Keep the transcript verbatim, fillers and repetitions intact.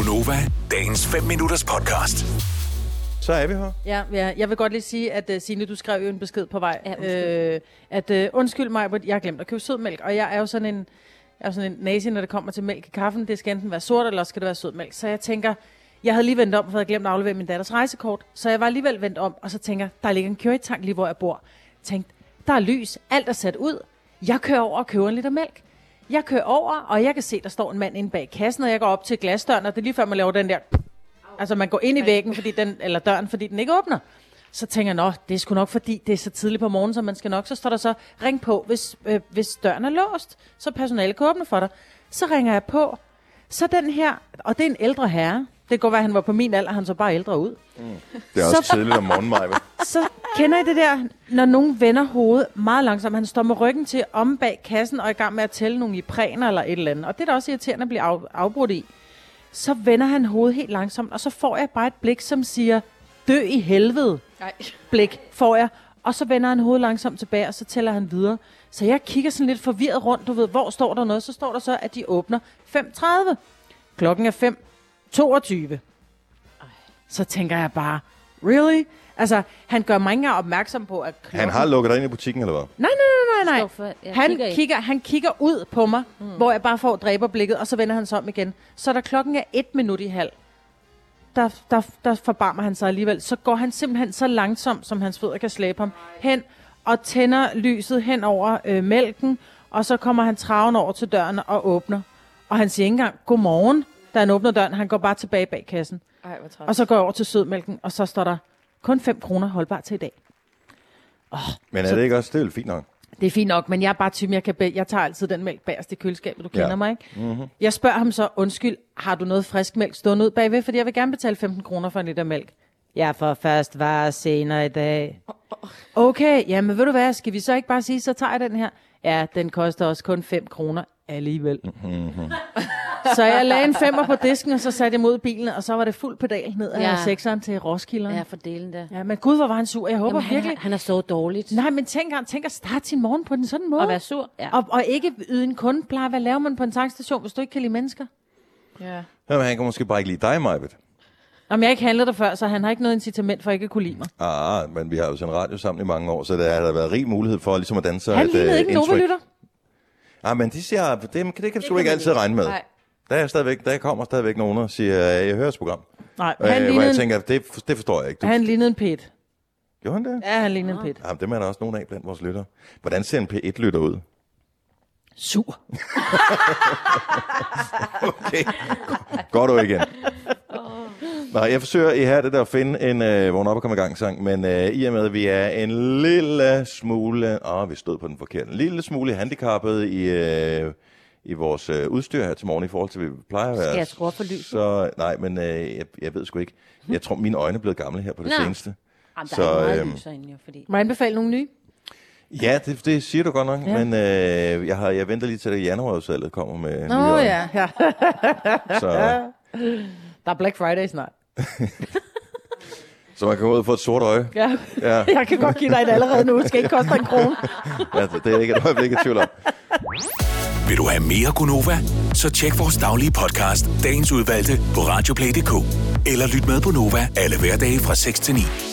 Gunova, dagens fem minutters podcast. Så er vi her. Ja, ja, jeg vil godt lige sige, at uh, Signe, du skrev jo en besked på vej. Ja, undskyld. Øh, at uh, undskyld mig, jeg har glemt at købe sødmælk, og jeg er jo sådan en, jeg er jo sådan en nazi, når det kommer til mælk i kaffen. Det skal enten være sort, eller skal det være sødmælk. Så jeg tænker, jeg havde lige vendt om, for jeg havde glemt at aflevere min datters rejsekort. Så jeg var alligevel vendt om, og så tænker der ligger en currytank lige, hvor jeg bor. Tænkte, der er lys, alt er sat ud. Jeg kører over og køber en liter mælk. Jeg kører over, og jeg kan se, der står en mand inde bag kassen, og jeg går op til glasdøren, og det er lige før, man laver den der... Altså, man går ind i væggen, fordi den, eller døren, fordi den ikke åbner. Så tænker jeg, nå, det er sgu nok, fordi det er så tidligt på morgenen, så man skal nok. Så står der så, ring på, hvis, øh, hvis døren er låst, så personalet kan åbne for dig. Så ringer jeg på. Så den her, og det er en ældre herre. Det kan godt være, at han var på min alder, han så bare ældre ud. Mm. Det er også så, tidligt om morgenen, Maja. Så kender I det der, når nogen vender hovedet meget langsomt. Han står med ryggen til om bag kassen og er i gang med at tælle nogle ipræner eller et eller andet. Og det er da også irriterende at blive af, afbrudt i. Så vender han hovedet helt langsomt, og så får jeg bare et blik, som siger, dø i helvede. Nej. Blik får jeg. Og så vender han hovedet langsomt tilbage, og så tæller han videre. Så jeg kigger sådan lidt forvirret rundt, du ved, hvor står der noget? Så står der så, at de åbner fem tredive. Klokken er fem toogtyve. Så tænker jeg bare, really? Altså, han gør mig ikke engang opmærksom på, at klokken... Han har lukket dig ind i butikken, eller hvad? Nej, nej, nej, nej, nej. Han kigger, kigger, han kigger ud på mig, mm. hvor jeg bare får dræberblikket, og så vender han sig om igen. Så da klokken er et minut i halv, der, der, der forbarmer han sig alligevel. Så går han simpelthen så langsomt, som hans fødder kan slæbe ham, hen og tænder lyset hen over øh, mælken, og så kommer han traven over til døren og åbner. Og han siger ikke engang, godmorgen, da han åbner døren. Han går bare tilbage bag kassen. Ej, og så går jeg over til sødmælken, og så står der kun fem kroner holdbart til i dag. Oh, men er så, det ikke også det fint nok? Det er fint nok, men jeg er bare typen, jeg, kan be- jeg tager altid den mælk bagerst i køleskabet, du kender ja. mig, ikke? Mm-hmm. Jeg spørger ham så, undskyld, har du noget frisk mælk stående ud bagved? Fordi jeg vil gerne betale femten kroner for en liter mælk. Ja, for først var senere i dag. Okay, jamen ved du hvad, skal vi så ikke bare sige, så tager jeg den her? Ja, den koster også kun fem kroner alligevel. Mm-hmm. Så jeg lagde en femmer på disken, og så satte jeg mod bilen, og så var det fuld pedal ned af ja. sekseren til Roskilde. Ja, for delen der. Ja, men gud, hvor var han sur. Jeg håber Jamen, virkelig... Han, han er så dårligt. Nej, men tænk, tænk at starte sin morgen på den sådan måde. Og være sur. Ja. Og, og ikke yde en kundepleje. Hvad laver man på en tankstation, hvis du ikke kan lide mennesker? Ja. Jamen, han kan måske bare ikke lide dig, Majbet. Om jeg ikke handlede der før, så han har ikke noget incitament for ikke at kunne lide mig. Ah, men vi har jo sådan radio sammen i mange år, så der har der været rig mulighed for ligesom at danse. Han lignede ikke Nova-lytter. Ah, men de siger, det, det, det kan du ikke altid regne med. Nej. Der, er stadigvæk, der kommer stadigvæk nogen og siger, jeg hører program. Nej, øh, han lignede... jeg tænker, det, det forstår jeg ikke. Du... Han lignede en P et. Gjorde han det? Ja, han lignede en P et. Jamen, dem er der også nogen af blandt vores lytter. Hvordan ser en P et-lytter ud? Sur. Okay, går du igen. Nej, jeg forsøger i her det der at finde en øh, vågn op og komme i gang sang, men øh, i og med, at vi er en lille smule, åh, vi stod på den forkerte, en lille smule handicappet i, øh, i vores øh, udstyr her til morgen i forhold til, hvad vi plejer at være. Skal jeg skrue for lyset? Så, nej, men øh, jeg, jeg ved sgu ikke. Jeg tror, mine øjne er blevet gamle her på det Nå. seneste. Jamen, der så, er meget øh, lys herinde, jo, fordi... Må jeg anbefale nogle nye? Ja, det, det siger du godt nok, ja. men øh, jeg, har, jeg venter lige til, at januarudsalget kommer med Nå oh, ja, ja. Så... Der er Black Friday snart. Så man kan gå ud og få et sort øje. Ja. ja, jeg kan godt give dig et allerede nu. Det skal ikke koste en krone. Ja, det er ikke et øjeblik i tvivl om. Vil du have mere Gunova? Så tjek vores daglige podcast, dagens udvalgte, på radioplay punktum d k. Eller lyt med på Nova alle hverdage fra seks til ni.